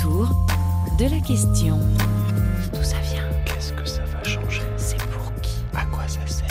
Autour de la question. D'où ça vient? Qu'est-ce que ça va changer? C'est pour qui? À quoi ça sert?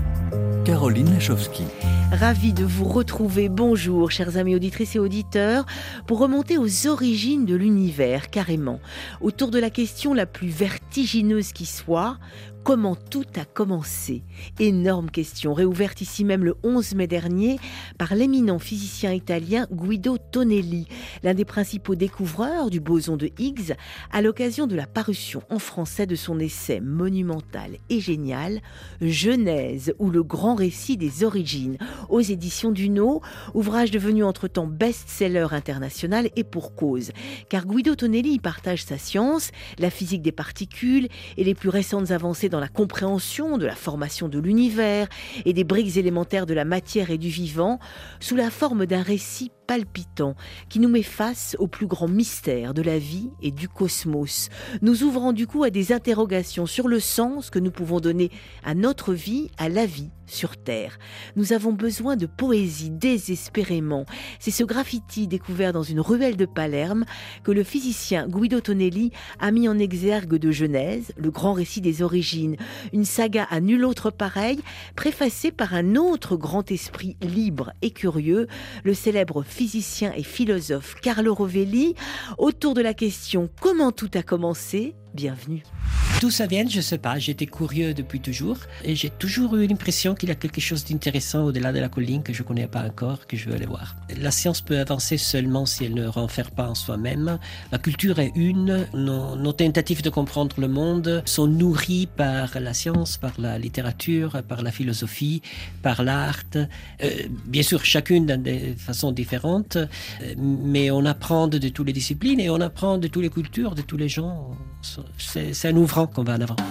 Caroline Lachowski. Ravie de vous retrouver. Bonjour, chers amis auditrices et auditeurs, pour remonter aux origines de l'univers, carrément. Autour de la question la plus vertigineuse qui soit, comment tout a commencé? Énorme question, réouverte ici même le 11 mai dernier par l'éminent physicien italien Guido Tonelli, l'un des principaux découvreurs du boson de Higgs, à l'occasion de la parution en français de son essai monumental et génial « Genèse ou le grand récit des origines » aux éditions Duno, ouvrage devenu entre-temps best-seller international et pour cause. Car Guido Tonelli y partage sa science, la physique des particules et les plus récentes avancées dans la compréhension de la formation de l'univers et des briques élémentaires de la matière et du vivant, sous la forme d'un récit palpitant qui nous met face aux plus grands mystères de la vie et du cosmos, nous ouvrant du coup à des interrogations sur le sens que nous pouvons donner à notre vie, à la vie sur Terre. Nous avons besoin de poésie désespérément. C'est ce graffiti découvert dans une ruelle de Palerme que le physicien Guido Tonelli a mis en exergue de Genèse, le grand récit des origines, une saga à nul autre pareille, préfacée par un autre grand esprit libre et curieux, le célèbre physicien et philosophe Carlo Rovelli, autour de la question « Comment tout a commencé ?» Bienvenue. D'où ça vient, je ne sais pas. J'étais curieux depuis toujours et j'ai toujours eu l'impression qu'il y a quelque chose d'intéressant au-delà de la colline que je ne connais pas encore, que je veux aller voir. La science peut avancer seulement si elle ne renferme pas en soi-même. La culture est une. Nos tentatives de comprendre le monde sont nourries par la science, par la littérature, par la philosophie, par l'art. Bien sûr, chacune dans des façons différentes, mais on apprend de toutes les disciplines et on apprend de toutes les cultures, de tous les gens. C'est un ouvrant qu'on va en avant.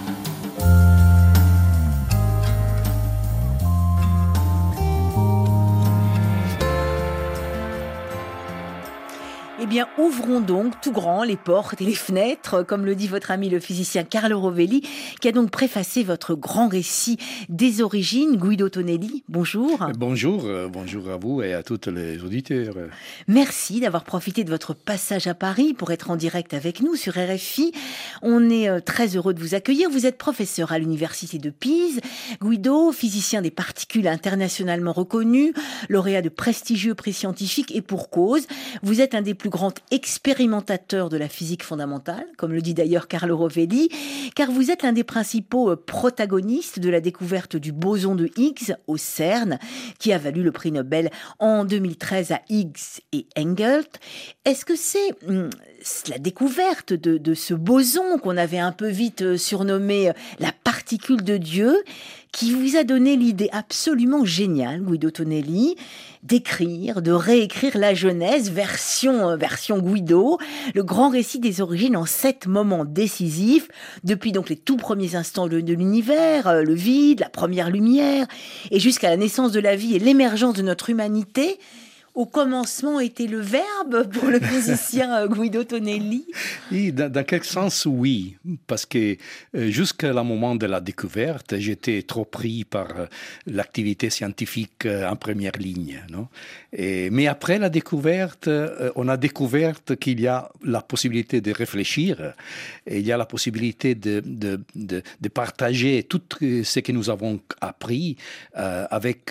Eh bien, ouvrons donc tout grand les portes et les fenêtres, comme le dit votre ami le physicien Carlo Rovelli, qui a donc préfacé votre grand récit des origines. Guido Tonelli, bonjour. Bonjour à vous et à tous les auditeurs. Merci d'avoir profité de votre passage à Paris pour être en direct avec nous sur RFI. On est très heureux de vous accueillir. Vous êtes professeur à l'université de Pise. Guido, physicien des particules internationalement reconnu, lauréat de prestigieux prix scientifiques et pour cause. Vous êtes un des plus grand expérimentateur de la physique fondamentale, comme le dit d'ailleurs Carlo Rovelli, car vous êtes l'un des principaux protagonistes de la découverte du boson de Higgs au CERN, qui a valu le prix Nobel en 2013 à Higgs et Engelt. Est-ce que c'est la découverte de ce boson qu'on avait un peu vite surnommé la particule de Dieu qui vous a donné l'idée absolument géniale, Guido Tonelli, d'écrire, de réécrire la Genèse, version Guido, le grand récit des origines en 7 moments décisifs, depuis donc les tout premiers instants de l'univers, le vide, la première lumière, et jusqu'à la naissance de la vie et l'émergence de notre humanité. Au commencement était le verbe pour le physicien Guido Tonelli? Oui, dans quel sens, oui. Parce que jusqu'à le moment de la découverte, j'étais trop pris par l'activité scientifique en première ligne. Non? Mais après la découverte, on a découvert qu'il y a la possibilité de réfléchir, et il y a la possibilité de partager tout ce que nous avons appris avec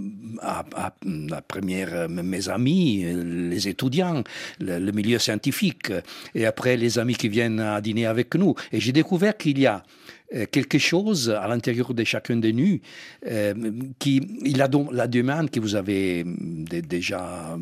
la première mes amis, les étudiants, le milieu scientifique, et après les amis qui viennent à dîner avec nous. Et j'ai découvert qu'il y a quelque chose à l'intérieur de chacun de nous il a donc la demande que vous avez déjà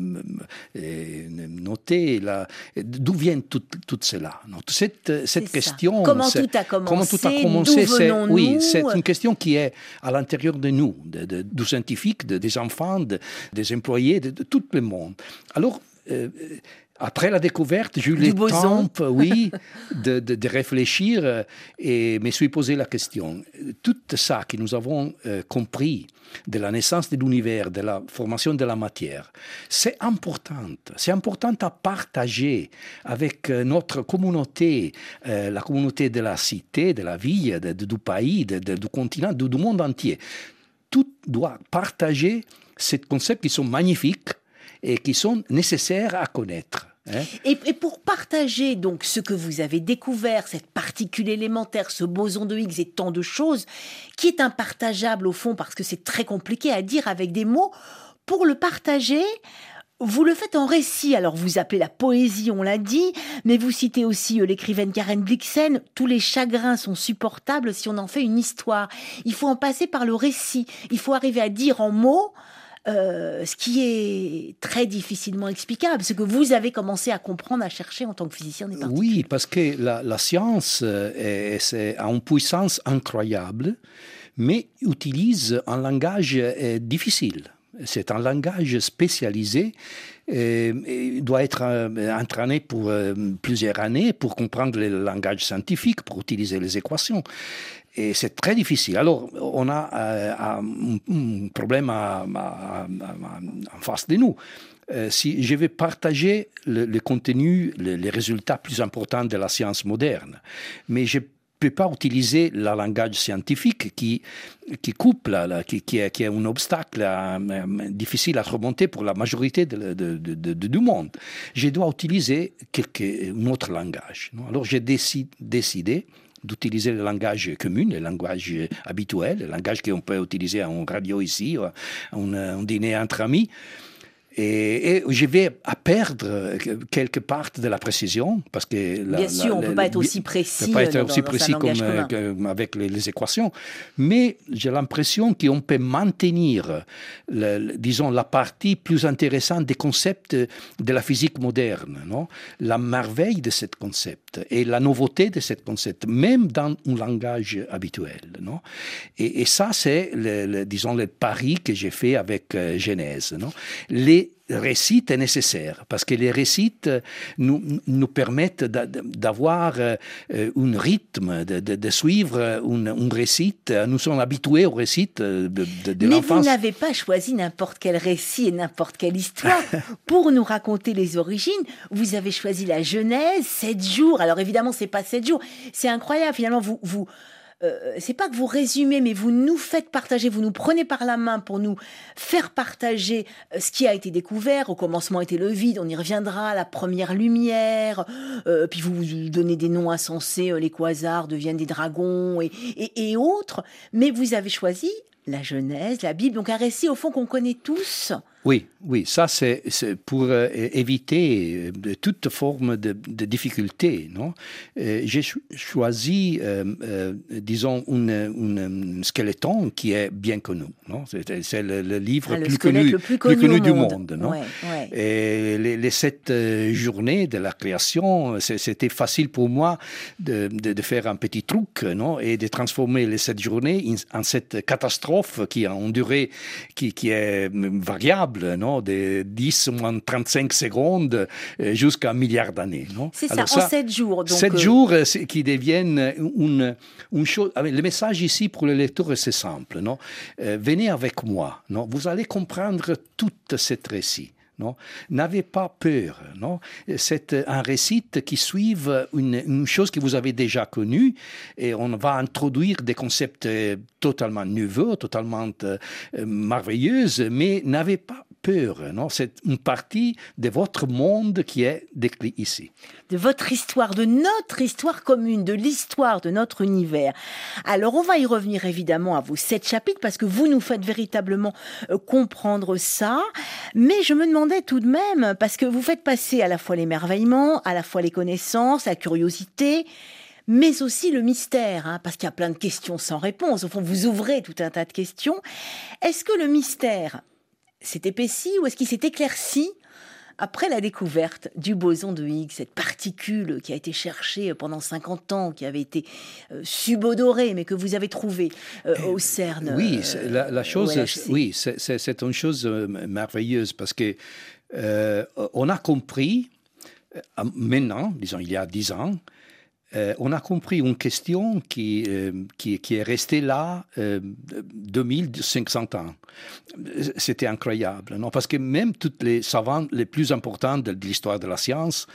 notée. D'où vient tout cela? Cette question, comment tout a commencé, d'où venons-nous? Oui, c'est une question qui est à l'intérieur de nous, du scientifique, des enfants, des employés, de tout le monde. Alors, après la découverte, j'ai eu le temps, oui, de réfléchir et me suis posé la question. Tout ça que nous avons compris de la naissance de l'univers, de la formation de la matière, c'est important. C'est important à partager avec notre communauté, la communauté de la cité, de la ville, du pays, du continent, du monde entier. Tout doit partager ces concepts qui sont magnifiques et qui sont nécessaires à connaître. Hein. Et pour partager donc ce que vous avez découvert, cette particule élémentaire, ce boson de Higgs et tant de choses, qui est impartageable au fond parce que c'est très compliqué à dire avec des mots, pour le partager, vous le faites en récit. Alors vous appelez la poésie, on l'a dit, mais vous citez aussi l'écrivaine Karen Blixen. Tous les chagrins sont supportables si on en fait une histoire. Il faut en passer par le récit. Il faut arriver à dire en mots ce qui est très difficilement explicable, ce que vous avez commencé à comprendre, à chercher en tant que physicien des particules. Oui, parce que la science a une puissance incroyable, mais utilise un langage difficile. C'est un langage spécialisé, il doit être entraîné pour plusieurs années pour comprendre le langage scientifique, pour utiliser les équations. Et c'est très difficile. Alors, on a un problème en face de nous. Si je vais partager le contenu, les résultats plus importants de la science moderne, mais je ne peut pas utiliser le langage scientifique qui coupe, qui est un obstacle difficile à remonter pour la majorité du monde. Je dois utiliser un autre langage. Non? Alors j'ai décidé d'utiliser le langage commun, le langage habituel, le langage qu'on peut utiliser en radio ici, un dîner entre amis. Et je vais perdre quelque part de la précision, parce que... Bien sûr, on ne peut pas être aussi précis, comme avec les équations, mais j'ai l'impression qu'on peut maintenir, disons, la partie plus intéressante des concepts de la physique moderne, non? La merveille de ce concept et la nouveauté de ce concept, même dans un langage habituel. Non? Et ça, c'est, disons, le pari que j'ai fait avec Genèse. Non? Les récits est nécessaire parce que les récits nous permettent d'avoir un rythme, de suivre un récit. Nous sommes habitués au récit de l'enfance. Mais vous n'avez pas choisi n'importe quel récit et n'importe quelle histoire pour nous raconter les origines. Vous avez choisi la Genèse, 7 jours. Alors évidemment, c'est pas 7 jours. C'est incroyable. Finalement, c'est pas que vous résumez, mais vous nous faites partager, vous nous prenez par la main pour nous faire partager ce qui a été découvert. Au commencement était le vide, on y reviendra, la première lumière, puis vous donnez des noms insensés, les quasars deviennent des dragons et autres. Mais vous avez choisi la Genèse, la Bible, donc un récit au fond qu'on connaît tous. Oui, ça c'est pour éviter toute forme de difficulté. Non? J'ai choisi, disons, un skeleton qui est bien connu. Non? C'est le livre le plus connu du monde. Non? Ouais. Et les 7 journées de la création, c'était facile pour moi de faire un petit truc, non? Et de transformer les 7 journées en cette catastrophe qui a une durée qui est variable. Non, de 10 moins 35 secondes jusqu'à 1 milliard d'années. Non? C'est alors ça, en 7 jours. Donc 7 jours qui deviennent une chose. Le message ici pour le lecteur, c'est simple. Non? Venez avec moi. Non? Vous allez comprendre tout cet récit. Non? N'avez pas peur. Non? C'est un récit qui suit une chose que vous avez déjà connue et on va introduire des concepts totalement nouveaux, totalement merveilleux, mais n'avez pas peur. Non? C'est une partie de votre monde qui est décrit ici. De votre histoire, de notre histoire commune, de l'histoire de notre univers. Alors, on va y revenir évidemment à vos 7 chapitres parce que vous nous faites véritablement comprendre ça. Mais je me demandais tout de même, parce que vous faites passer à la fois l'émerveillement, à la fois les connaissances, la curiosité, mais aussi le mystère, hein, parce qu'il y a plein de questions sans réponse. Au fond, vous ouvrez tout un tas de questions. Est-ce que le mystère s'est épaissi ou est-ce qu'il s'est éclairci après la découverte du boson de Higgs, cette particule qui a été cherchée pendant 50 ans, qui avait été subodorée, mais que vous avez trouvée au CERN? Oui, la chose, oui, c'est une chose merveilleuse parce que on a compris maintenant, disons il y a 10 ans, on a compris une question qui est restée là 2500 ans. C'était incroyable, non? Parce que même toutes les savants les plus importants de l'histoire de la science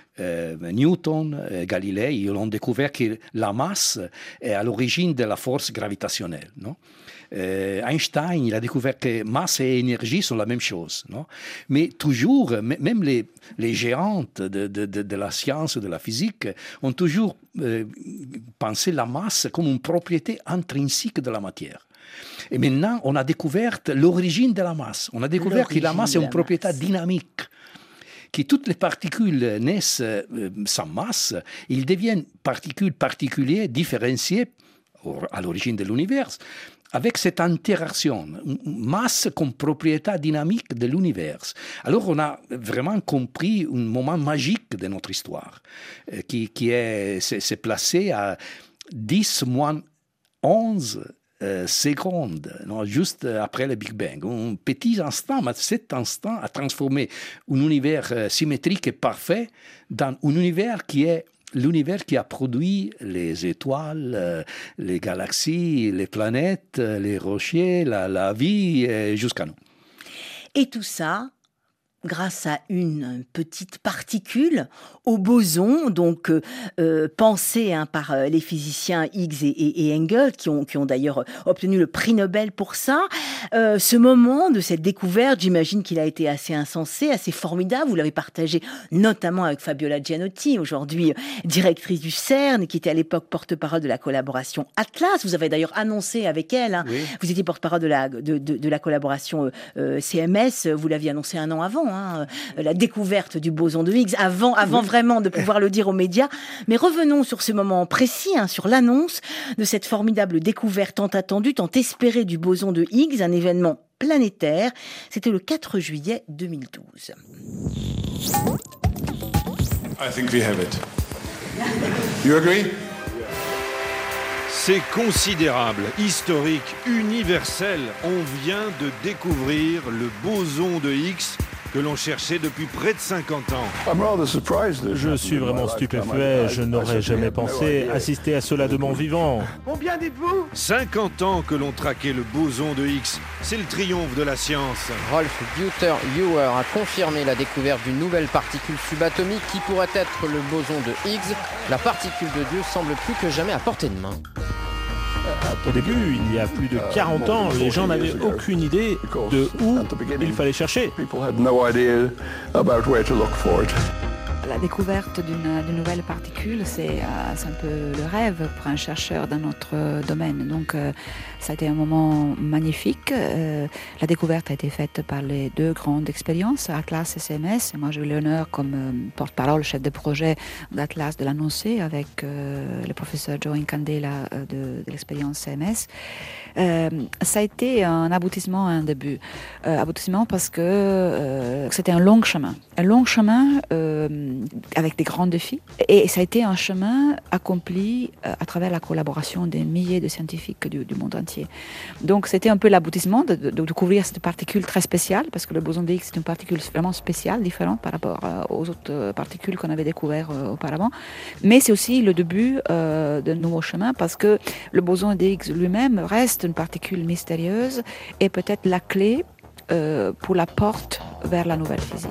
Newton, Galilée, ils ont découvert que la masse est à l'origine de la force gravitationnelle. Non? Einstein, il a découvert que masse et énergie sont la même chose. Non? Mais toujours, même les géantes de la science, de la physique, ont toujours pensé la masse comme une propriété intrinsèque de la matière. Et maintenant, on a découvert l'origine de la masse. On a découvert que la masse est une propriété dynamique. Que toutes les particules naissent sans masse, ils deviennent particules particulières, différenciées à l'origine de l'univers, avec cette interaction, masse comme propriété dynamique de l'univers. Alors on a vraiment compris un moment magique de notre histoire, qui s'est placé à 10 moins 11 secondes, non, juste après le Big Bang. Un petit instant, mais cet instant a transformé un univers symétrique et parfait dans un univers qui est l'univers qui a produit les étoiles, les galaxies, les planètes, les rochers, la vie, jusqu'à nous. Et tout ça grâce à une petite particule au boson, donc pensée par les physiciens Higgs et Engel, qui ont d'ailleurs obtenu le prix Nobel pour ça. Ce moment de cette découverte, j'imagine qu'il a été assez insensé, assez formidable. Vous l'avez partagé notamment avec Fabiola Gianotti, aujourd'hui directrice du CERN, qui était à l'époque porte-parole de la collaboration Atlas. Vous avez d'ailleurs annoncé avec elle, hein, oui. Vous étiez porte-parole de la collaboration CMS, vous l'aviez annoncé un an avant, hein, la découverte du boson de Higgs, avant vraiment de pouvoir le dire aux médias. Mais revenons sur ce moment précis, hein, sur l'annonce de cette formidable découverte tant attendue, tant espérée du boson de Higgs, un événement planétaire. C'était le 4 juillet 2012. I think we have it. You agree? C'est considérable, historique, universel. On vient de découvrir le boson de Higgs que l'on cherchait depuis près de 50 ans. Je suis vraiment stupéfait, je n'aurais jamais pensé assister à cela de mon vivant. Combien dites-vous ? 50 ans que l'on traquait le boson de Higgs, c'est le triomphe de la science. Rolf Dieter-Ewer a confirmé la découverte d'une nouvelle particule subatomique qui pourrait être le boson de Higgs. La particule de Dieu semble plus que jamais à portée de main. Au début, il y a plus de 40 ans, les gens n'avaient aucune idée de où il fallait chercher. La découverte d'une nouvelle particule, c'est un peu le rêve pour un chercheur dans notre domaine. Donc, ça a été un moment magnifique. La découverte a été faite par les deux grandes expériences, Atlas et CMS. Et moi, j'ai eu l'honneur, comme porte-parole, chef de projet d'Atlas, de l'annoncer avec le professeur Joe Incandela de l'expérience CMS. Ça a été un aboutissement, un début. Aboutissement parce que c'était un long chemin. Un long chemin avec des grands défis. Et ça a été un chemin accompli à travers la collaboration des milliers de scientifiques du monde entier. Donc c'était un peu l'aboutissement de découvrir cette particule très spéciale, parce que le boson de Higgs c'est une particule vraiment spéciale, différente par rapport aux autres particules qu'on avait découvertes auparavant. Mais c'est aussi le début d'un nouveau chemin, parce que le boson de Higgs lui-même reste une particule mystérieuse et peut-être la clé pour la porte vers la nouvelle physique.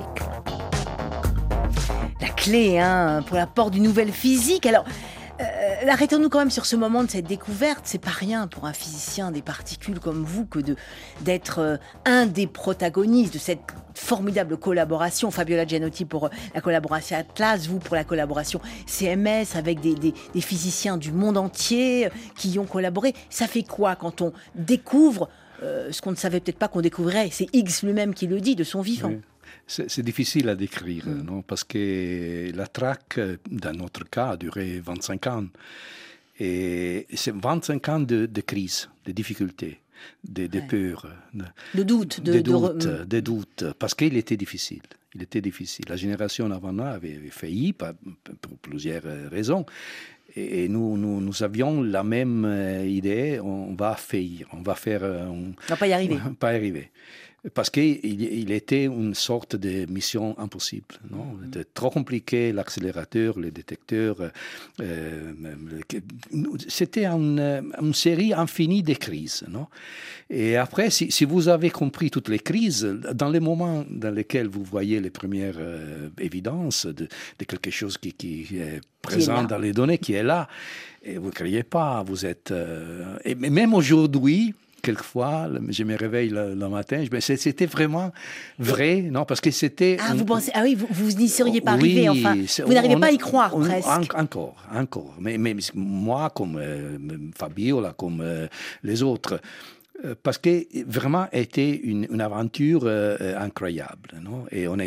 La clé, hein, pour la porte d'une nouvelle physique. Alors, arrêtons-nous quand même sur ce moment de cette découverte. C'est pas rien pour un physicien des particules comme vous que d'être un des protagonistes de cette formidable collaboration. Fabiola Gianotti pour la collaboration Atlas, vous pour la collaboration CMS, avec des physiciens du monde entier qui y ont collaboré. Ça fait quoi quand on découvre ce qu'on ne savait peut-être pas qu'on découvrirait? C'est Higgs lui-même qui le dit de son vivant. Oui. C'est difficile à décrire, non? Parce que la traque, dans notre cas, a duré 25 ans. Et c'est 25 ans de crise, de difficultés, de peurs. De doutes. De doutes, parce qu'il était difficile. Il était difficile. La génération avant nous avait failli pour plusieurs raisons. Et nous avions la même idée, on va faillir, on va faire... On va pas y arriver. Pas y arriver. parce qu'il était une sorte de mission impossible. Non? C'était trop compliqué, l'accélérateur, les détecteurs. C'était une série infinie de crises. Non? Et après, si vous avez compris toutes les crises, dans les moments dans lesquels vous voyez les premières évidences de quelque chose qui est présent dans les données, qui est là, et vous ne criez pas, vous êtes... et même aujourd'hui, quelquefois, je me réveille le matin, c'était vraiment vrai, non? Parce que c'était... vous pensez... Ah oui, vous n'y seriez pas arrivé, enfin. Vous n'arrivez pas à y croire, presque. Encore. Mais moi, comme Fabiola, comme les autres... Parce que vraiment été une aventure incroyable, non? Et on a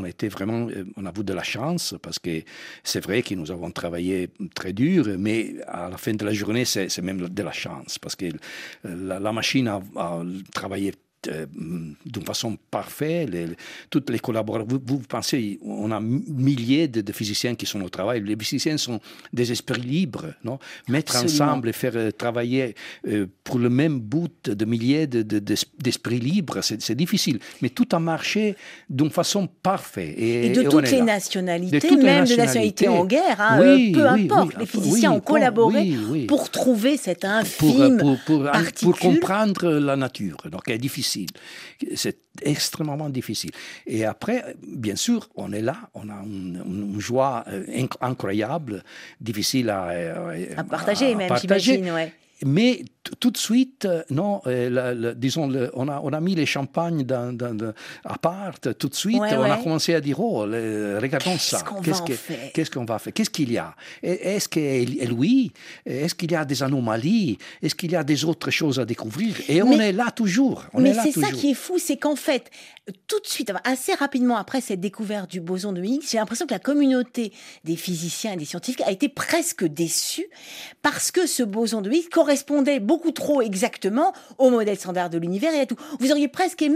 eu de la chance, parce que c'est vrai que nous avons travaillé très dur, mais à la fin de la journée, c'est même de la chance, parce que la machine a travaillé d'une façon parfaite, toutes les collaborateurs. Vous pensez, on a milliers de physiciens qui sont au travail. Les physiciens sont des esprits libres, non? Mettre ensemble et faire travailler pour le même but de milliers d'esprits libres, c'est difficile. Mais tout a marché d'une façon parfaite. Et de toutes les nationalités, même de nationalités en guerre, peu importe. Les physiciens ont collaboré pour trouver cette infime particule. Pour comprendre la nature, donc elle est difficile. C'est extrêmement difficile. Et après, bien sûr, on est là, on a une joie incroyable, difficile à partager, j'imagine, ouais. Mais tout de suite, non, disons, on a mis les champagnes à part, tout de suite, on a commencé à dire, regardons ça. Qu'est-ce qu'on va faire? Qu'est-ce qu'il y a? Est-ce qu'il y a des anomalies? Est-ce qu'il y a des autres choses à découvrir? Et on est là toujours. Ça qui est fou, c'est qu'en fait, tout de suite, assez rapidement après cette découverte du boson de Higgs, j'ai l'impression que la communauté des physiciens et des scientifiques a été presque déçue parce que ce boson de Higgs correspondait beaucoup trop exactement au modèle standard de l'univers et à tout. Vous auriez presque aimé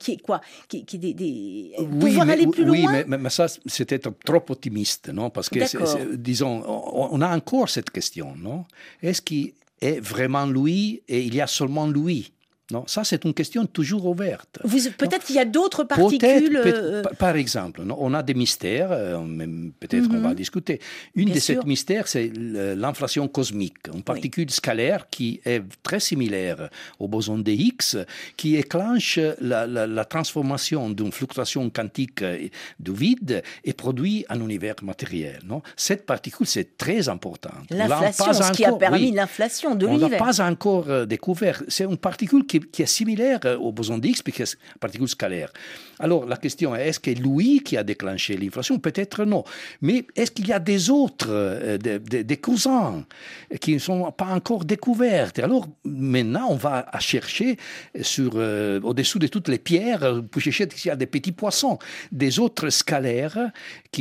pouvoir aller plus loin. Oui, mais ça, c'était trop optimiste, non? Parce que, disons, on a encore cette question, non? Est-ce qu'il est vraiment lui et il y a seulement lui? Non, ça, c'est une question toujours ouverte. Peut-être qu'il y a d'autres particules... Par exemple, non, on a des mystères, peut-être qu'on va discuter. Une de ces mystères, c'est l'inflation cosmique, une particule scalaire qui est très similaire au boson de Higgs, qui déclenche la transformation d'une fluctuation quantique du vide et produit un univers matériel. Non? Cette particule, c'est très important. L'inflation, ce qui a permis l'inflation de l'univers. On n'a pas encore découvert. C'est une particule qui est similaire au boson d'Higgs, puisque c'est une particule scalaire. Alors, la question est, est-ce que lui qui a déclenché l'inflation? Peut-être non. Mais est-ce qu'il y a des autres, des cousins qui ne sont pas encore découverts? Alors, maintenant, on va chercher au-dessous de toutes les pierres, pour chercher s'il y a des petits poissons, des autres scalaires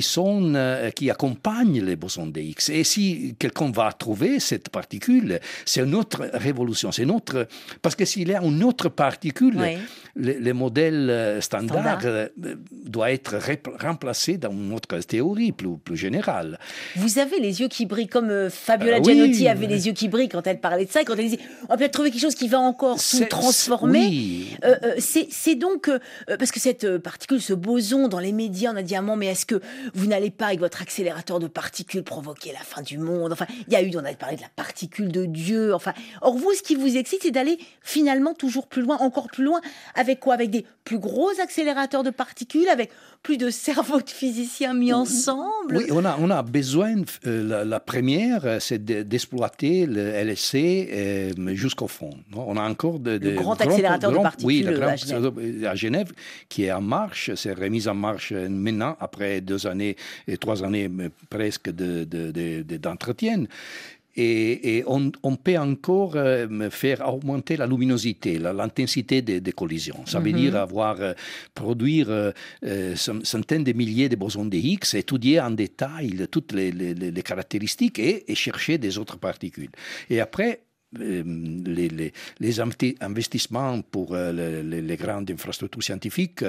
qui accompagnent les bosons de Higgs. Et si quelqu'un va trouver cette particule, c'est une autre révolution. Parce que s'il y a une autre particule, le modèle standard doit être remplacé dans une autre théorie plus générale. Vous avez les yeux qui brillent, comme Fabiola Gianotti avait les yeux qui brillent quand elle parlait de ça, quand elle disait on va peut-être trouver quelque chose qui va encore tout transformer. Oui. C'est donc, parce que cette particule, ce boson dans les médias, on a dit à un moment, mais est-ce que vous n'allez pas, avec votre accélérateur de particules, provoquer la fin du monde? Enfin, on a parlé de la particule de Dieu. Enfin, or vous, ce qui vous excite, c'est d'aller finalement toujours plus loin, encore plus loin. Avec quoi? Avec des plus gros accélérateurs de particules, avec plus de cerveaux de physiciens mis ensemble. Oui, on a besoin, la première, c'est d'exploiter le LHC jusqu'au fond. Non? On a encore le grand accélérateur de particules à Genève, qui est en marche, c'est remis en marche maintenant, après 2 années et 3 années presque d'entretien. Et on peut encore faire augmenter la luminosité, l'intensité des collisions. Ça veut dire produire centaines de milliers de bosons de Higgs, étudier en détail toutes les caractéristiques et chercher des autres particules. Et après, les investissements pour les grandes infrastructures scientifiques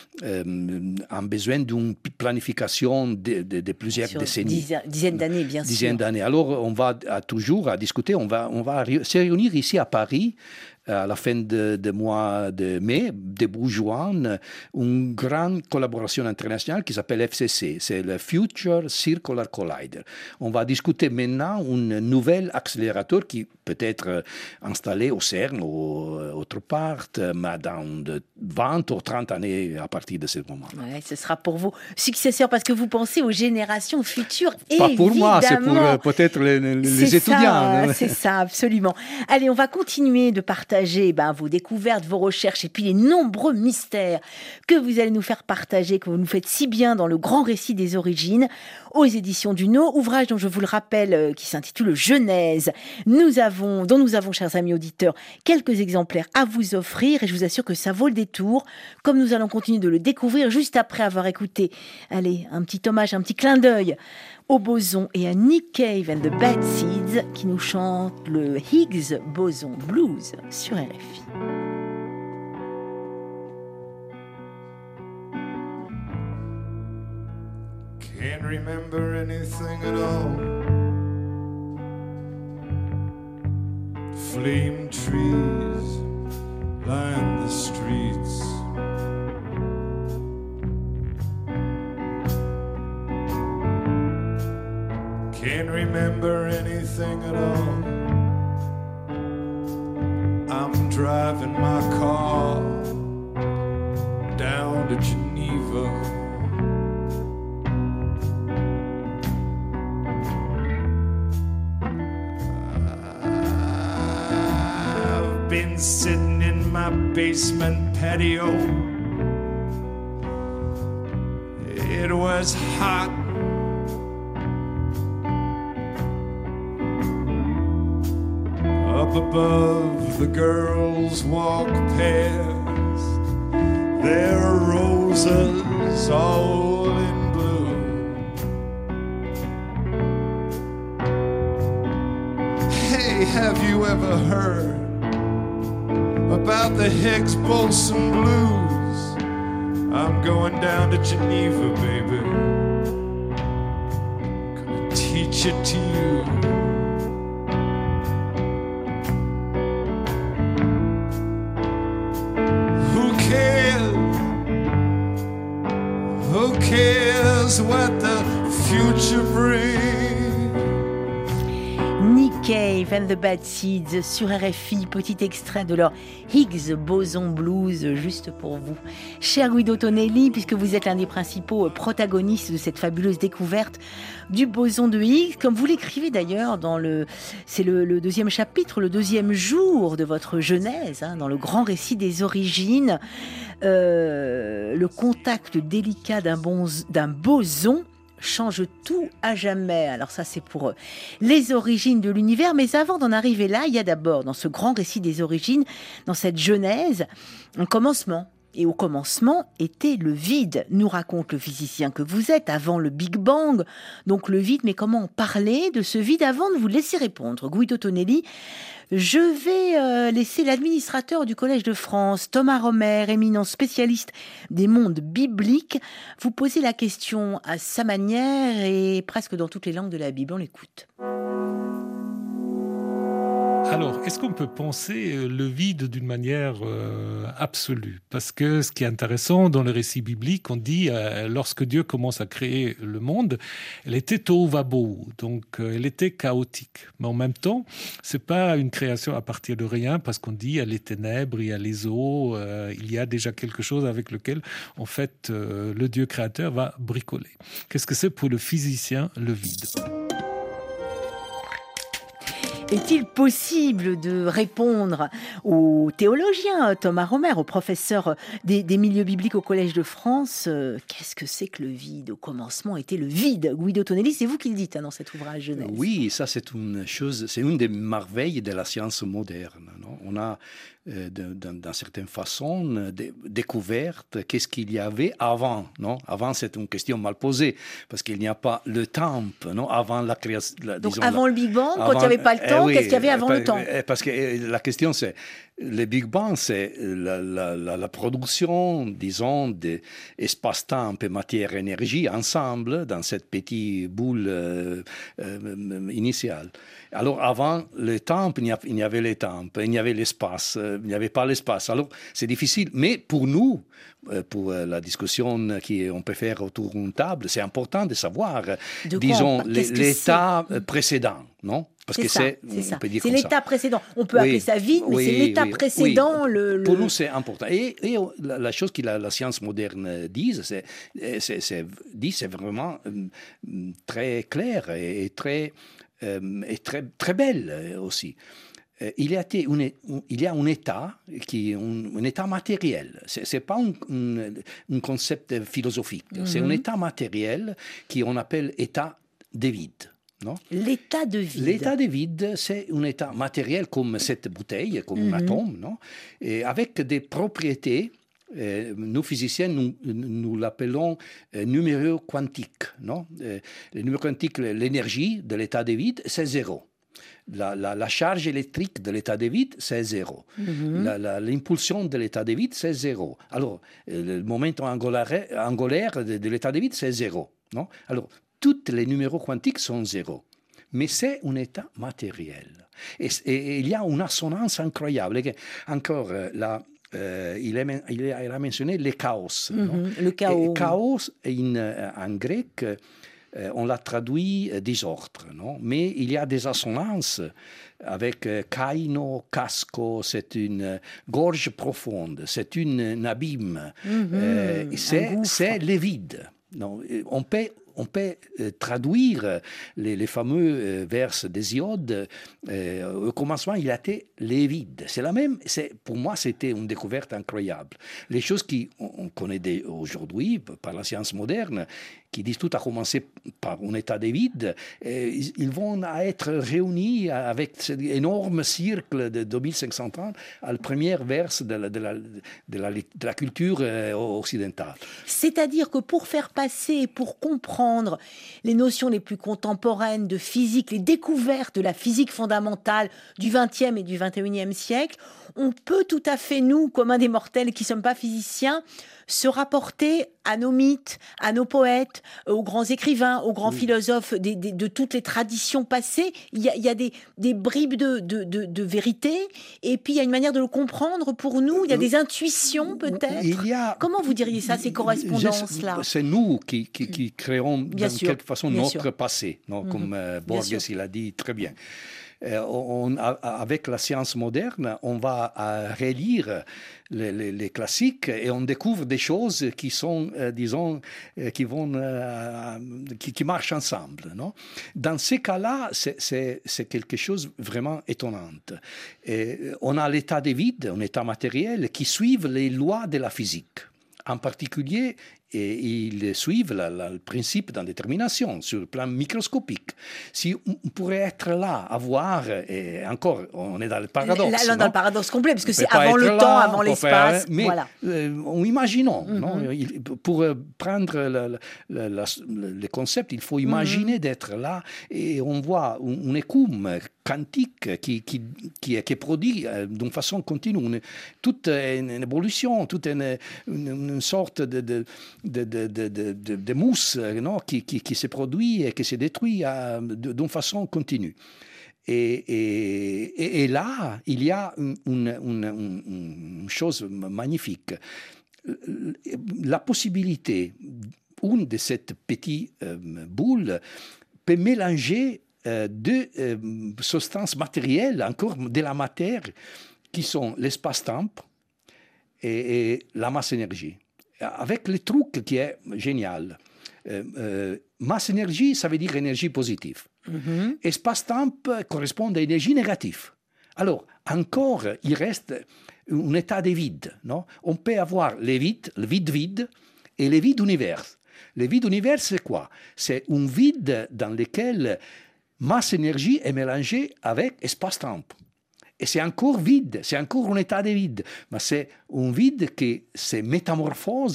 ont besoin d'une planification de plusieurs décennies. Dizaines d'années, bien sûr. Dizaines d'années. Alors, on va toujours à discuter, on va se réunir ici à Paris à la fin de mois de mai, début juin, une grande collaboration internationale qui s'appelle FCC, c'est le Future Circular Collider. On va discuter maintenant un nouvel accélérateur qui peut être installé au CERN ou autre part, mais dans 20 ou 30 années à partir de ce moment. Ouais, ce sera pour vos successeurs parce que vous pensez aux générations futures. Pas pour moi, c'est pour peut-être les étudiants. C'est ça, absolument. Allez, on va continuer de partager vos découvertes, vos recherches et puis les nombreux mystères que vous allez nous faire partager, que vous nous faites si bien dans le grand récit des origines aux éditions Duno, ouvrage dont je vous le rappelle qui s'intitule Genèse. Dont nous avons, chers amis auditeurs, quelques exemplaires à vous offrir et je vous assure que ça vaut le détour, comme nous allons continuer de le découvrir juste après avoir écouté, allez, un petit hommage, un petit clin d'œil au boson et à Nick Cave and the Bad Seeds qui nous chantent le Higgs Boson Blues sur RFI. Can't remember anything at all. Flame trees line the streets. Can't remember anything at all. I'm driving my car down to Geneva. I've been sitting in my basement patio. It was hot. Up above, the girls walk past, their roses all in bloom. Hey, have you ever heard about the Higgs Boson Blues? I'm going down to Geneva, baby. Gonna teach it to you. What the future brings. Nick Cave and the Bad Seeds sur RFI, petit extrait de leur Higgs Boson Blues juste pour vous. Cher Guido Tonelli, puisque vous êtes l'un des principaux protagonistes de cette fabuleuse découverte du boson de Higgs, comme vous l'écrivez d'ailleurs c'est le deuxième chapitre, le deuxième jour de votre Genèse, dans le grand récit des origines, le contact délicat d'un boson change tout à jamais. Alors ça, c'est pour les origines de l'univers. Mais avant d'en arriver là, il y a d'abord, dans ce grand récit des origines, dans cette Genèse, un commencement. Et au commencement était le vide, nous raconte le physicien que vous êtes, avant le Big Bang. Donc le vide, mais comment parler de ce vide avant de vous laisser répondre, Guido Tonelli? Je vais laisser l'administrateur du Collège de France, Thomas Romer, éminent spécialiste des mondes bibliques, vous poser la question à sa manière et presque dans toutes les langues de la Bible. On l'écoute. Alors, est-ce qu'on peut penser le vide d'une manière absolue? Parce que ce qui est intéressant dans le récit biblique, on dit lorsque Dieu commence à créer le monde, elle était tohu vabohu, donc elle était chaotique. Mais en même temps, c'est pas une création à partir de rien, parce qu'on dit il y a les ténèbres, il y a les eaux, il y a déjà quelque chose avec lequel, en fait, le Dieu créateur va bricoler. Qu'est-ce que c'est pour le physicien, le vide? Est-il possible de répondre au théologien Thomas Romer, au professeur des milieux bibliques au Collège de France, qu'est-ce que c'est que le vide? Au commencement était le vide. Guido Tonelli, c'est vous qui le dites dans cet ouvrage Genèse. Oui, ça c'est une chose, c'est une des merveilles de la science moderne. Non? On a d'une certaine façon découverte qu'est-ce qu'il y avait avant. Non? Avant, c'est une question mal posée, parce qu'il n'y a pas le temps, non? Avant la création. Donc avant le Big Bang, quand il n'y avait pas le temps, temps, qu'est-ce qu'il y avait avant le temps? Parce que la question, c'est, le Big Bang, c'est la production, disons, d'espace-temps et matière-énergie ensemble dans cette petite boule initiale. Alors, avant le temps, il y avait le temps, il y avait l'espace, il n'y avait pas l'espace. Alors, c'est difficile. Mais pour nous, pour la discussion qu'on peut faire autour d'une table, c'est important de savoir, disons, l'état précédent, non? Parce que c'est l'état précédent. On peut appeler ça vide, mais c'est l'état précédent. Pour nous, c'est important. Et la chose que la science moderne dit, c'est vraiment très clair et très belle aussi. Il y a un état qui est un état matériel. C'est pas un concept philosophique. C'est un état matériel qu'on appelle état de vide. Non? L'état de vide. L'état de vide, c'est un état matériel comme cette bouteille, comme un atome, non? Et avec des propriétés. Nous, physiciens, nous l'appelons numéro quantique. Non? Le numéro quantique, l'énergie de l'état de vide, c'est 0. La charge électrique de l'état de vide, c'est 0. L'impulsion de l'état de vide, c'est 0. Alors, le moment angulaire de l'état de vide, c'est 0. Non? Alors, tous les numéros quantiques sont 0. Mais c'est un état matériel. Et il y a une assonance incroyable. Encore, il a mentionné le chaos. Le chaos. Chaos, en grec, on l'a traduit désordre, non? Mais il y a des assonances avec kaino, casco, c'est une gorge profonde, c'est un abîme, c'est le vide. Non? On peut traduire les fameux vers d'Hésiode. Au commencement, il était les vides. C'est la même. Pour moi, c'était une découverte incroyable. Les choses qu'on connaît aujourd'hui par la science moderne, qui disent tout a commencé par un état de vide, ils vont être réunis avec cet énorme cercle de 2500 ans à la première verse de la culture occidentale. C'est-à-dire que pour faire passer, pour comprendre les notions les plus contemporaines de physique, les découvertes de la physique fondamentale du XXe et du XXIe siècle, on peut tout à fait, nous, communs des mortels qui ne sommes pas physiciens, se rapporter à nos mythes, à nos poètes, aux grands écrivains, aux grands philosophes de toutes les traditions passées. Il y a des bribes de vérité, et puis il y a une manière de le comprendre pour nous. Il y a des intuitions peut-être. Comment vous diriez ça, ces correspondances-là? C'est nous qui créons de quelque façon notre passé, non? Comme Borges il a dit très bien. Avec la science moderne, on va relire les classiques et on découvre des choses qui sont, disons, qui marchent ensemble. Non? Dans ces cas-là, c'est quelque chose de vraiment étonnant. On a l'état de vide, un état matériel qui suit les lois de la physique. En particulier, ils suivent le principe d'indétermination sur le plan microscopique. Si on pourrait être là, à voir, et encore, on est dans le paradoxe. Dans le paradoxe complet, parce que c'est avant le temps, avant l'espace. Mais voilà. Imaginons, non? Pour prendre le concept, il faut imaginer d'être là, et on voit une écume quantique qui produit d'une façon continue toute une évolution, toute une sorte de mousse, non, qui se produit et qui se détruit d'une façon continue. Et là, il y a une chose magnifique. La possibilité, une de ces petites boules peut mélanger deux substances matérielles, encore de la matière, qui sont l'espace-temps et la masse-énergie. Avec le truc qui est génial. Masse-énergie, ça veut dire énergie positive. Espace-temps correspond à énergie négative. Alors, encore, il reste un état de vide. Non? On peut avoir le vide et le vide univers. Le vide univers, c'est quoi? C'est un vide dans lequel masse-énergie est mélangée avec espace-temps. Et c'est encore vide, c'est encore un état de vide. Mais c'est un vide qui se métamorphose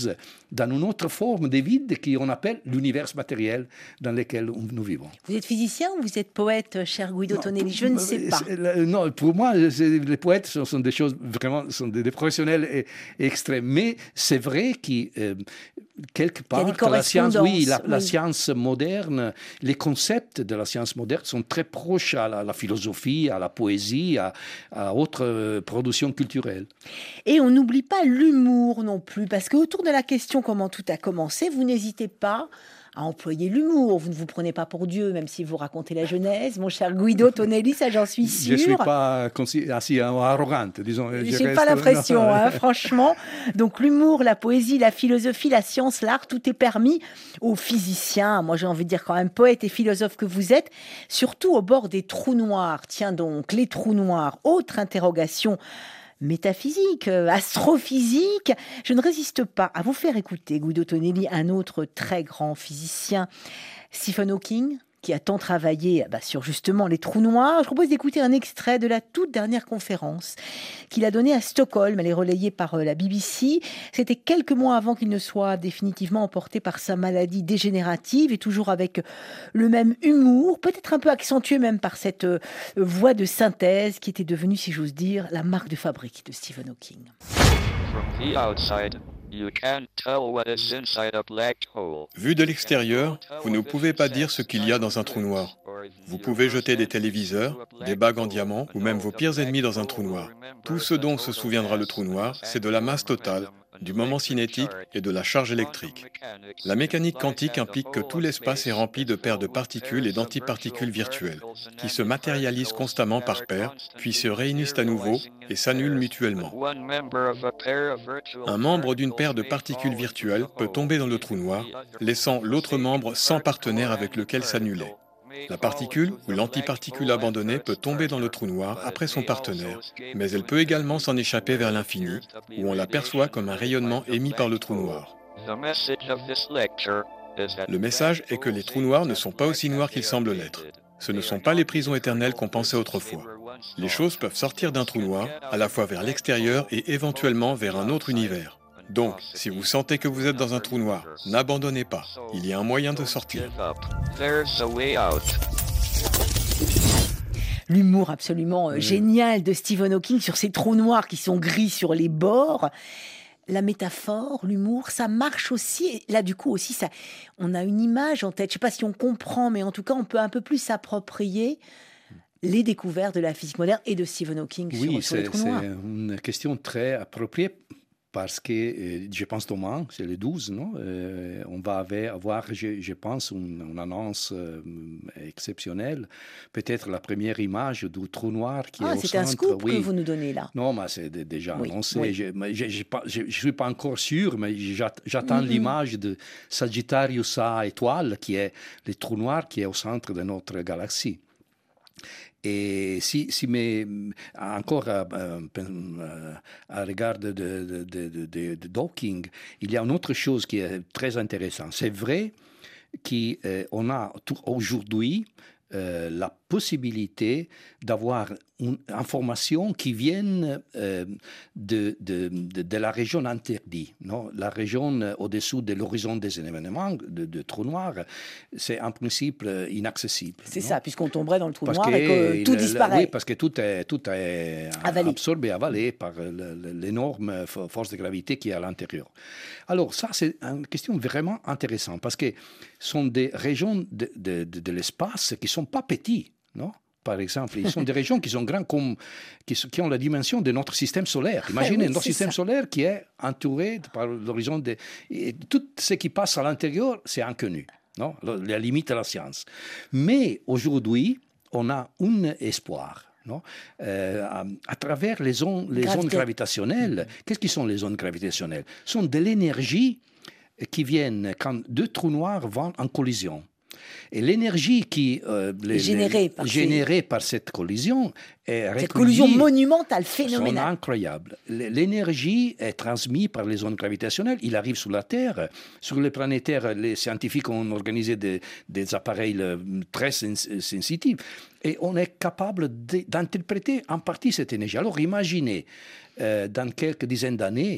dans une autre forme de vide qu'on appelle l'univers matériel dans lequel nous vivons. Vous êtes physicien ou vous êtes poète, cher Guido Tonelli? Je ne sais pas. Non, pour moi, les poètes sont des choses vraiment, sont des professionnels et extrêmes. Mais c'est vrai que quelque part, la science moderne, les concepts de la science moderne sont très proches à la philosophie, à la poésie, à autres productions culturelles. Et on n'oublie pas l'humour non plus, parce qu'autour de la question comment tout a commencé, vous n'hésitez pas à employer l'humour. Vous ne vous prenez pas pour Dieu, même si vous racontez la Genèse, mon cher Guido Tonelli, ça j'en suis sûre. Je ne suis pas assez arrogante, disons. Je n'ai pas l'impression, franchement. Donc l'humour, la poésie, la philosophie, la science, l'art, tout est permis aux physiciens. Moi j'ai envie de dire quand même poète et philosophe que vous êtes, surtout au bord des trous noirs. Tiens donc, les trous noirs, autre interrogation métaphysique, astrophysique. Je ne résiste pas à vous faire écouter, Guido Tonelli, un autre très grand physicien, Stephen Hawking, qui a tant travaillé sur justement les trous noirs. Je propose d'écouter un extrait de la toute dernière conférence qu'il a donnée à Stockholm. Elle est relayée par la BBC. C'était quelques mois avant qu'il ne soit définitivement emporté par sa maladie dégénérative, et toujours avec le même humour, peut-être un peu accentué même par cette voix de synthèse qui était devenue, si j'ose dire, la marque de fabrique de Stephen Hawking. From the outside, you can't tell what is inside a black hole. Vu de l'extérieur, vous ne pouvez pas dire ce qu'il y a dans un trou noir. Vous pouvez jeter des téléviseurs, des bagues en diamant ou même vos pires ennemis dans un trou noir. Tout ce dont se souviendra le trou noir, c'est de la masse totale, du moment cinétique et de la charge électrique. La mécanique quantique implique que tout l'espace est rempli de paires de particules et d'antiparticules virtuelles, qui se matérialisent constamment par paires, puis se réunissent à nouveau et s'annulent mutuellement. Un membre d'une paire de particules virtuelles peut tomber dans le trou noir, laissant l'autre membre sans partenaire avec lequel s'annuler. La particule ou l'antiparticule abandonnée peut tomber dans le trou noir après son partenaire, mais elle peut également s'en échapper vers l'infini, où on l'aperçoit comme un rayonnement émis par le trou noir. Le message est que les trous noirs ne sont pas aussi noirs qu'ils semblent l'être. Ce ne sont pas les prisons éternelles qu'on pensait autrefois. Les choses peuvent sortir d'un trou noir, à la fois vers l'extérieur et éventuellement vers un autre univers. Donc, si vous sentez que vous êtes dans un trou noir, n'abandonnez pas. Il y a un moyen de sortir. L'humour absolument génial de Stephen Hawking sur ces trous noirs qui sont gris sur les bords. La métaphore, l'humour, ça marche aussi. Et là, du coup, aussi, ça, on a une image en tête. Je ne sais pas si on comprend, mais en tout cas, on peut un peu plus s'approprier les découvertes de la physique moderne et de Stephen Hawking sur les trous noirs. Oui, c'est une question très appropriée. Parce que, je pense demain, c'est le 12, non on va avoir, je pense, une annonce exceptionnelle. Peut-être la première image du trou noir qui est au centre. C'est un scoop que vous nous donnez là. Non, mais c'est déjà annoncé. Oui. Je ne suis pas encore sûr, mais j'attends l'image de Sagittarius A étoile, qui est le trou noir qui est au centre de notre galaxie. Et si mais encore à regard de Hawking, il y a une autre chose qui est très intéressante. C'est vrai qu'on a aujourd'hui la possibilité d'avoir une information qui vient de la région interdite, non? La région au-dessous de l'horizon des événements, de trou noir, c'est en principe inaccessible. C'est ça, puisqu'on tomberait dans le trou noir et que tout disparaît. Oui, parce que tout est absorbé, avalé par l'énorme force de gravité qui est à l'intérieur. Alors ça, c'est une question vraiment intéressante, parce que ce sont des régions de l'espace qui ne sont pas petites, non? Par exemple, ils sont des régions qui sont grandes, qui ont la dimension de notre système solaire. Imaginez notre système solaire qui est entouré par l'horizon et tout ce qui passe à l'intérieur, c'est inconnu, non? La limite de la science. Mais aujourd'hui, on a un espoir. Non? À travers les ondes gravitationnelles. Qu'est-ce que sont les ondes gravitationnelles? Ce sont de l'énergie qui viennent quand deux trous noirs vont en collision. Et l'énergie qui générée par cette collision est cette collision monumentale, phénoménale. C'est incroyable. L'énergie est transmise par les ondes gravitationnelles. Il arrive sur la Terre. Sur les planétaires, les scientifiques ont organisé des appareils très sensitifs. Et on est capable d'interpréter en partie cette énergie. Alors imaginez, dans quelques dizaines d'années,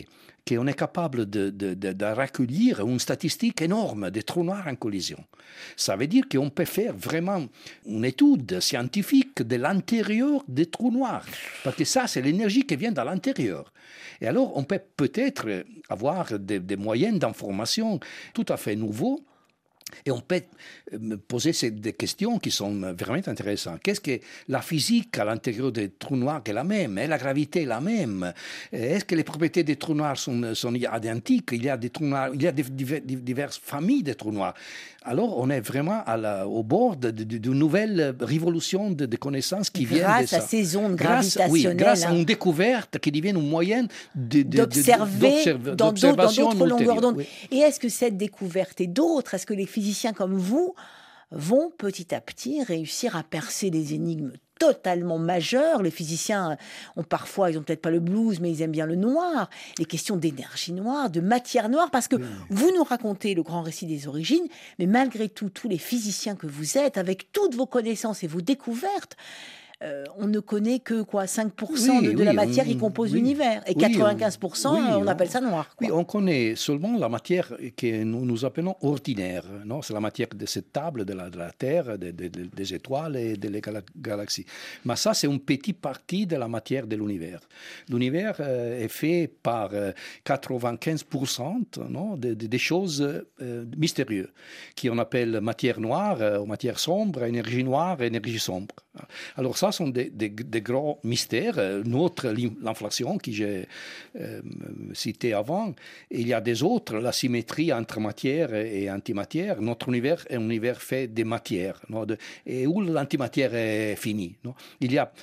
qu'on est capable de recueillir une statistique énorme des trous noirs en collision. Ça veut dire qu'on peut faire vraiment une étude scientifique de l'intérieur des trous noirs, parce que ça, c'est l'énergie qui vient de l'intérieur. Et alors, on peut peut-être avoir des moyens d'information tout à fait nouveaux. Et on peut poser des questions qui sont vraiment intéressantes. Qu'est-ce que la physique à l'intérieur des trous noirs est la même? Est la gravité la même? Est-ce que les propriétés des trous noirs sont identiques? Il y a des trous noirs, il y a diverses familles de trous noirs. Alors, on est vraiment au bord d'une nouvelle révolution de connaissances qui viennent de ça. Grâce à ces ondes gravitationnelles. Grâce à une découverte qui devient une moyenne d'observer dans d'autres longueurs d'onde. Oui. Et est-ce que cette découverte et d'autres, est-ce que les physiciens comme vous vont petit à petit réussir à percer des énigmes totalement majeures? Les physiciens ont parfois, ils n'ont peut-être pas le blues, mais ils aiment bien le noir. Les questions d'énergie noire, de matière noire, parce que vous nous racontez le grand récit des origines, mais malgré tout, tous les physiciens que vous êtes, avec toutes vos connaissances et vos découvertes, on ne connaît que 5% de la matière qui compose l'univers. Et 95%, on appelle ça noir. Oui, on connaît seulement la matière que nous appelons ordinaire. Non, c'est la matière de cette table, de la Terre, des étoiles et des galaxies. Mais ça, c'est une petite partie de la matière de l'univers. L'univers est fait par 95% des choses mystérieuses, qu'on appelle matière noire, matière sombre, énergie noire, énergie sombre. Alors ça sont des grands mystères. L'inflation que j'ai cité avant, et il y a des autres, la symétrie entre matière et antimatière. Notre univers est un univers fait de matière, et où l'antimatière est finie. Il y a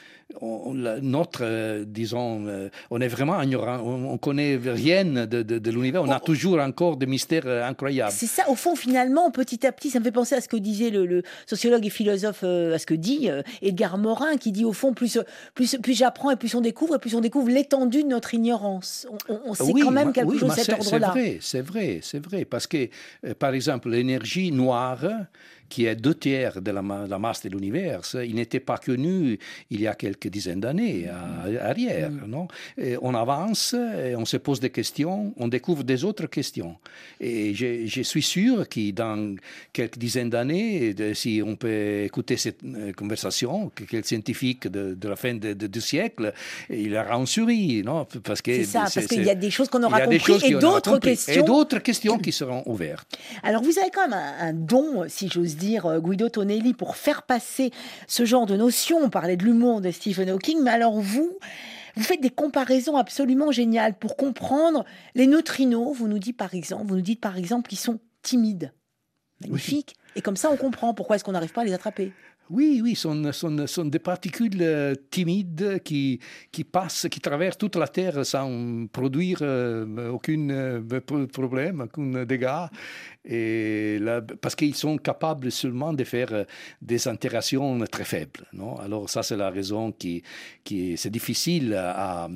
disons, on est vraiment ignorant, on connaît rien de l'univers, on a toujours encore des mystères incroyables. C'est ça, au fond, finalement, petit à petit, ça me fait penser à ce que disait le sociologue et philosophe, à ce que dit Edgar Morin, qui dit, au fond, plus j'apprends et plus on découvre l'étendue de notre ignorance. On sait quand même quelque chose de cet ordre-là. C'est vrai, parce que, par exemple, l'énergie noire, qui est 2/3 de la masse de l'univers, il n'était pas connu il y a quelques dizaines d'années arrière. Non, et on avance, et on se pose des questions, on découvre des autres questions. Et je suis sûr que dans quelques dizaines d'années, si on peut écouter cette conversation, quel scientifique de la fin du siècle, il aura un sourire. Non, parce que parce qu'il y a des choses qu'on aura compris et d'autres questions. Et d'autres questions qui seront ouvertes. Alors vous avez quand même un don, si j'ose dire, Guido Tonelli, pour faire passer ce genre de notions. On parlait de l'humour de Stephen Hawking, mais alors vous faites des comparaisons absolument géniales pour comprendre les neutrinos. Vous nous dites par exemple qu'ils sont timides. Magnifique. Oui. Et comme ça, on comprend pourquoi est-ce qu'on n'arrive pas à les attraper. Oui, sont des particules timides qui traversent toute la Terre sans produire aucun problème, aucun dégât. Et parce qu'ils sont capables seulement de faire des interactions très faibles. Non? Alors ça, c'est la raison qui c'est difficile à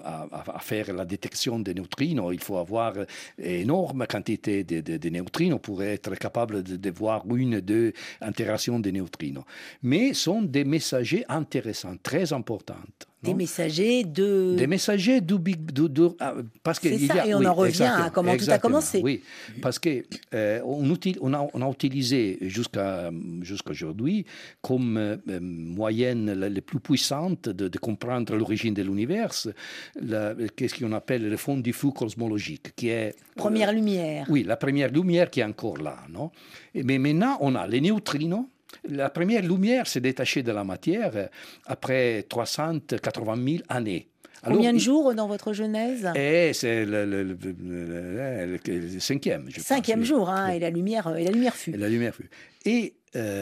faire la détection des neutrinos. Il faut avoir une énorme quantité de neutrinos pour être capable de voir une ou deux interactions de neutrinos. Mais sont des messagers intéressants, très importants. Des messagers Des messagers du Big... parce que c'est ça, et on en revient à comment tout a commencé. Oui, parce qu'on a utilisé jusqu'à aujourd'hui comme moyenne la plus puissante de comprendre l'origine de l'univers, qu'est-ce qu'on appelle le fond diffus cosmologique, qui est... Première lumière. Oui, la première lumière qui est encore là. Non? Mais maintenant, on a les neutrinos. La première lumière s'est détachée de la matière après 380 000 années. Alors, combien de jours dans votre genèse? C'est le cinquième. Cinquième jour, hein, et la lumière fut. Et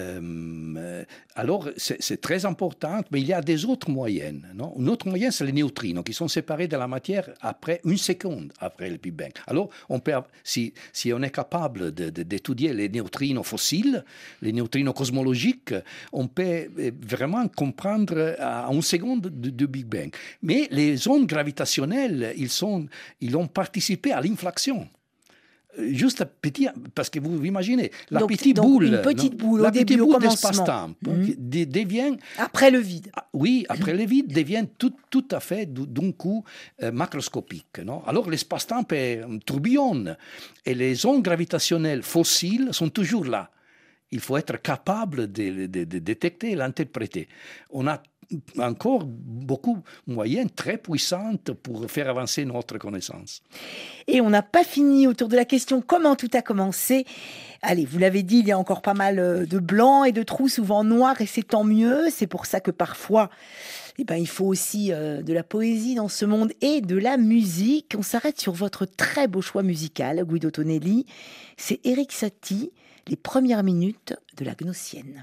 alors, c'est très important, mais il y a des autres moyennes. Non? Une autre moyenne, c'est les neutrinos, qui sont séparés de la matière après 1 seconde après le Big Bang. Alors, on peut, si on est capable d'étudier les neutrinos fossiles, les neutrinos cosmologiques, on peut vraiment comprendre à 1 seconde du Big Bang. Mais les ondes gravitationnelles, ils ont participé à l'inflation. Juste petit, parce que vous imaginez, la donc, petite boule, une petite boule la au début, petite au boule commencement. d'espace-temps devient... Après le vide. Oui, après le vide devient tout à fait d'un coup macroscopique. Non? Alors l'espace-temps tourbillonne et les ondes gravitationnelles fossiles sont toujours là. Il faut être capable de détecter et l'interpréter. On a encore beaucoup de moyens très puissants pour faire avancer notre connaissance. Et on n'a pas fini autour de la question comment tout a commencé. Allez, vous l'avez dit, il y a encore pas mal de blancs et de trous, souvent noirs, et c'est tant mieux. C'est pour ça que parfois, il faut aussi de la poésie dans ce monde et de la musique. On s'arrête sur votre très beau choix musical, Guido Tonelli. C'est Erik Satie, les premières minutes de la Gnossienne.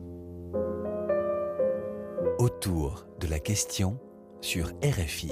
Autour de la question sur RFI.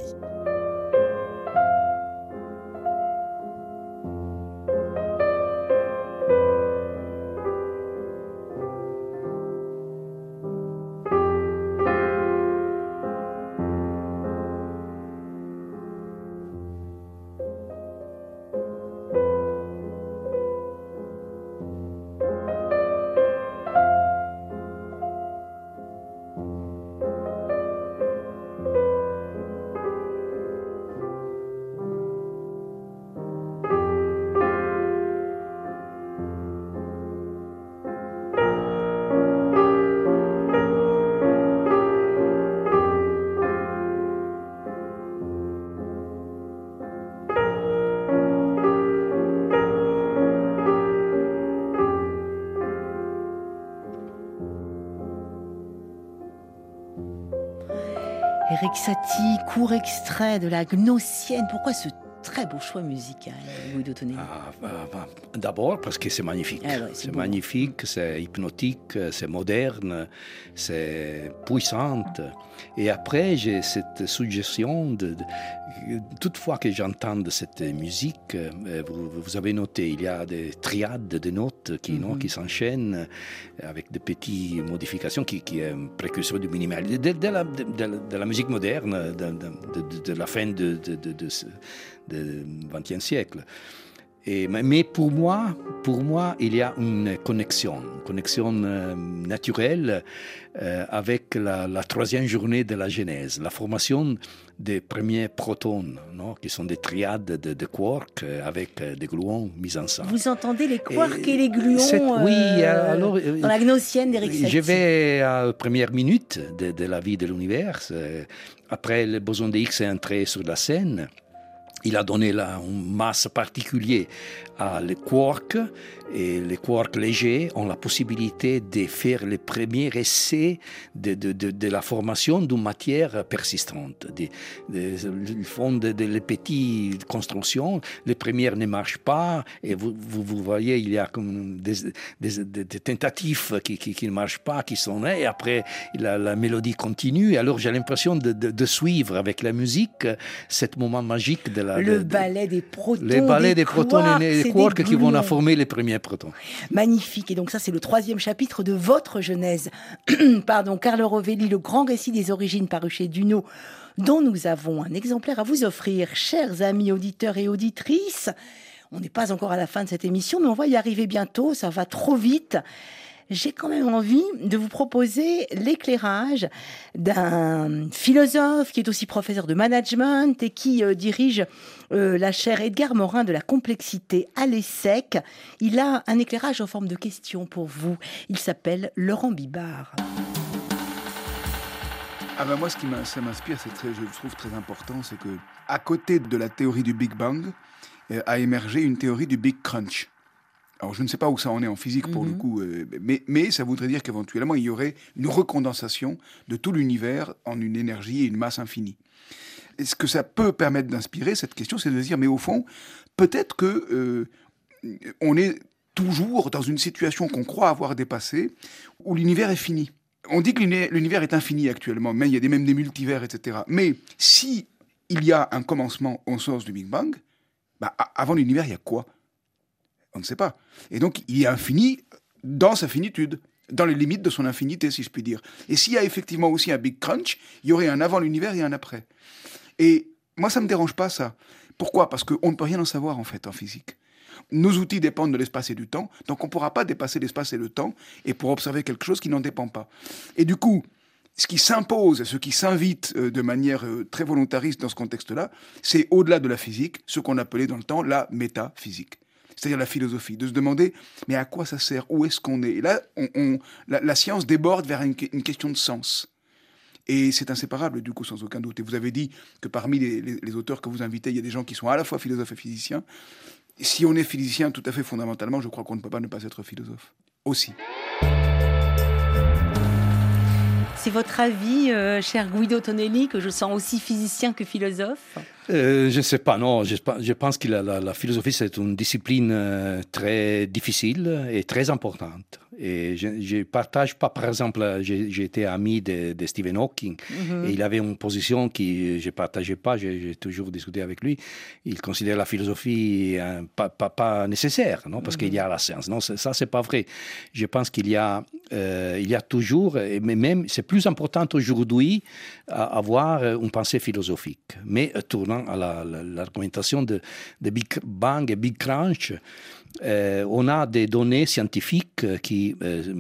Erik Satie, court extrait de la Gnossienne. Pourquoi ce très beau choix musical, Guido Tonelli? D'abord parce que c'est magnifique. C'est magnifique, c'est hypnotique, c'est moderne, c'est puissante. Et après, j'ai cette suggestion toutefois que j'entends cette musique, vous avez noté, il y a des triades de notes qui s'enchaînent avec des petites modifications qui est un précurseur du minimalisme, de la musique moderne, de la fin du XXe siècle. Mais pour moi, il y a une connexion naturelle avec la troisième journée de la Genèse, la formation des premiers protons, non, qui sont des triades de quarks avec des gluons mis ensemble. Vous entendez les quarks et les gluons alors, dans la Gnossienne d'Erik Satie. Je vais à la première minute de la vie de l'univers. Après, le boson de Higgs est entré sur la scène. Il a donné une masse particulière à les quarks, et les quarks légers ont la possibilité de faire les premiers essais de la formation d'une matière persistante. Ils font des petites constructions, les premières ne marchent pas, et vous voyez, il y a comme des tentatives qui ne marchent pas, qui sont là, et après la mélodie continue. Alors j'ai l'impression de suivre avec la musique ce moment magique de le ballet des protons. Les ballets des protons et des quarks qui vont former les premiers protons. Magnifique. Et donc ça, c'est le 3e chapitre de votre Genèse. Pardon, Carlo Rovelli, le grand récit des origines paru chez Duno, dont nous avons un exemplaire à vous offrir, chers amis auditeurs et auditrices. On n'est pas encore à la fin de cette émission, mais on va y arriver bientôt. Ça va trop vite. J'ai quand même envie de vous proposer l'éclairage d'un philosophe qui est aussi professeur de management et qui dirige la chaire Edgar Morin de la complexité à l'ESSEC. Il a un éclairage en forme de question pour vous. Il s'appelle Laurent Bibard. Moi, ça m'inspire, je trouve très important, c'est que à côté de la théorie du Big Bang, a émergé une théorie du Big Crunch. Alors, je ne sais pas où ça en est en physique pour le coup, mais ça voudrait dire qu'éventuellement, il y aurait une recondensation de tout l'univers en une énergie et une masse infinie. Et ce que ça peut permettre d'inspirer, cette question, c'est de se dire, mais au fond, peut-être que on est toujours dans une situation qu'on croit avoir dépassée, où l'univers est fini. On dit que l'univers est infini actuellement, mais il y a même des multivers, etc. Mais si il y a un commencement au sens du Big Bang, avant l'univers, il y a quoi ? On ne sait pas. Et donc, il est infini dans sa finitude, dans les limites de son infinité, si je puis dire. Et s'il y a effectivement aussi un Big Crunch, il y aurait un avant l'univers et un après. Et moi, ça ne me dérange pas, ça. Pourquoi ? Parce qu'on ne peut rien en savoir, en fait, en physique. nos outils dépendent de l'espace et du temps, donc on ne pourra pas dépasser l'espace et le temps et pour observer quelque chose qui n'en dépend pas. Et du coup, ce qui s'impose, ce qui s'invite de manière très volontariste dans ce contexte-là, c'est au-delà de la physique, ce qu'on appelait dans le temps la métaphysique. C'est-à-dire la philosophie, de se demander mais à quoi ça sert, où est-ce qu'on est. Et là, la science déborde vers une question de sens. Et c'est inséparable, du coup, sans aucun doute. Et vous avez dit que parmi les auteurs que vous invitez, il y a des gens qui sont à la fois philosophes et physiciens. Et si on est physicien tout à fait fondamentalement, je crois qu'on ne peut pas ne pas être philosophe aussi. C'est votre avis, cher Guido Tonelli, que je sens aussi physicien que philosophe ? Je ne sais pas, non. Je pense que la philosophie, c'est une discipline très difficile et très importante. Et je ne partage pas, par exemple, j'ai été ami de Stephen Hawking, et il avait une position que je ne partageais pas, j'ai toujours discuté avec lui. Il considère la philosophie pas nécessaire, non, parce qu'il y a la science. Non, ça, c'est pas vrai. Je pense qu'il y a toujours, mais même, c'est plus important aujourd'hui avoir une pensée philosophique. Mais tournant à l'argumentation de Big Bang et Big Crunch, on a des données scientifiques qui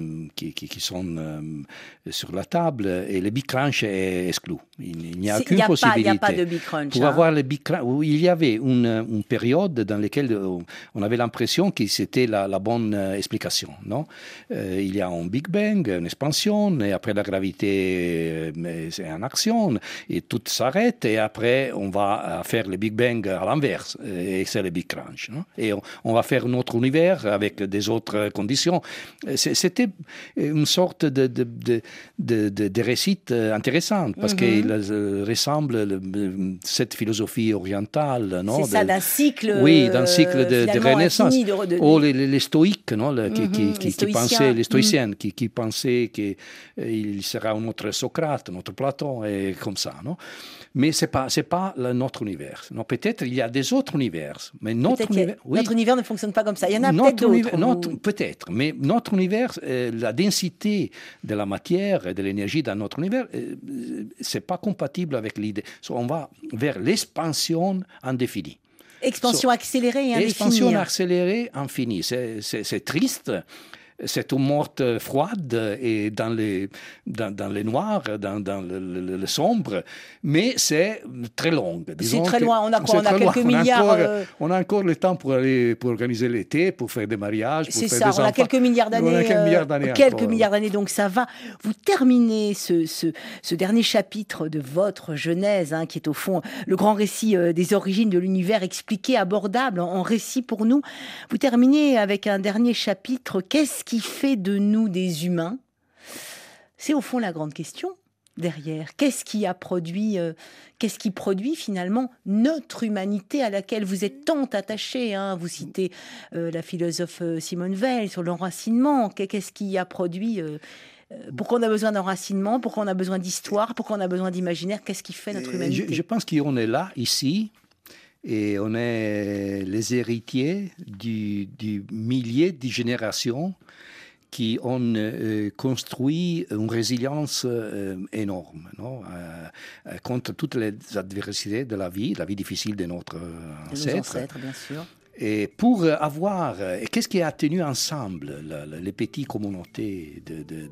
sont sur la table et le Big Crunch est exclu. Il n'y a aucune possibilité. Il n'y a pas de Big Crunch. Pour avoir le Big Crunch, il y avait une période dans laquelle on avait l'impression que c'était la bonne explication. Non, il y a un Big Bang, une expansion, et après la gravité c'est en action, et tout s'arrête, et après on va faire le Big Bang à l'inverse, et c'est le Big Crunch. Non, et on va faire notre univers avec des autres conditions. C'était une sorte de récit intéressant parce qu'il ressemble cette philosophie orientale. Non, c'est ça, d'un cycle. Oui, d'un cycle de renaissance. Ou les stoïques, non, qui pensaient, les stoïciens, qui pensaient qu'il sera un autre Socrate, un autre Platon, et comme ça. Non, mais c'est pas notre univers. Non, peut-être il y a des autres univers, mais notre univers ne fonctionne pas comme ça. Il y en a peut-être d'autres. Peut-être, mais notre univers, la densité de la matière et de l'énergie dans notre univers, c'est pas compatible avec l'idée. On va vers l'expansion indéfinie. Expansion accélérée et indéfinie. Expansion accélérée infinie. C'est triste. C'est une mort froide et dans les noirs, dans le sombre, mais c'est très long. C'est très loin, on a quelques milliards... On a encore le temps pour aller pour organiser l'été, pour faire des mariages, pour c'est faire ça, des on enfants. a quelques milliards d'années. Quelques milliards d'années, donc ça va. Vous terminez ce dernier chapitre de votre Genèse, qui est au fond le grand récit des origines de l'univers, expliqué, abordable, en récit pour nous. Vous terminez avec un dernier chapitre, qu'est-ce qui fait de nous des humains? C'est au fond la grande question derrière. Qu'est-ce qui produit finalement notre humanité à laquelle vous êtes tant attaché, Vous citez la philosophe Simone Veil sur l'enracinement. Qu'est-ce qui a produit pourquoi on a besoin d'enracinement? Pourquoi on a besoin d'histoire? Pourquoi on a besoin d'imaginaire? Qu'est-ce qui fait notre humanité? Je pense qu'on est là, ici, et on est les héritiers du milliers de générations qui ont construit une résilience énorme, non, contre toutes les adversités de la vie difficile de notre ancêtre. Nos ancêtres, bien sûr. Et pour avoir... Qu'est-ce qui a tenu ensemble les petites communautés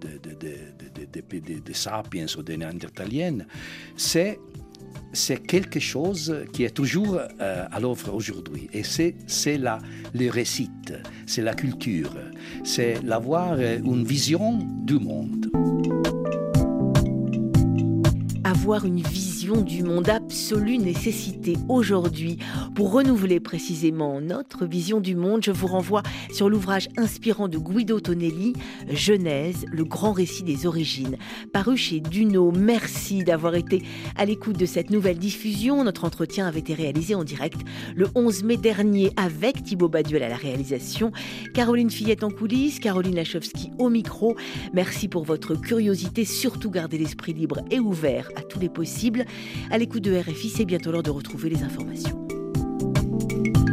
de sapiens ou de néandertaliennes? C'est quelque chose qui est toujours à l'œuvre aujourd'hui. Et c'est le récit, c'est la culture, c'est d'avoir une vision du monde. Avoir une vision du monde, absolue nécessité aujourd'hui. Pour renouveler précisément notre vision du monde, je vous renvoie sur l'ouvrage inspirant de Guido Tonelli, Genèse, le grand récit des origines, paru chez Duno. Merci d'avoir été à l'écoute de cette nouvelle diffusion. Notre entretien avait été réalisé en direct le 11 mai dernier avec Thibaut Baduel à la réalisation, Caroline Fillette en coulisses, Caroline Lachowski au micro. Merci pour votre curiosité, surtout gardez l'esprit libre et ouvert à tous les possibles. À l'écoute de RFI, c'est bientôt l'heure de retrouver les informations.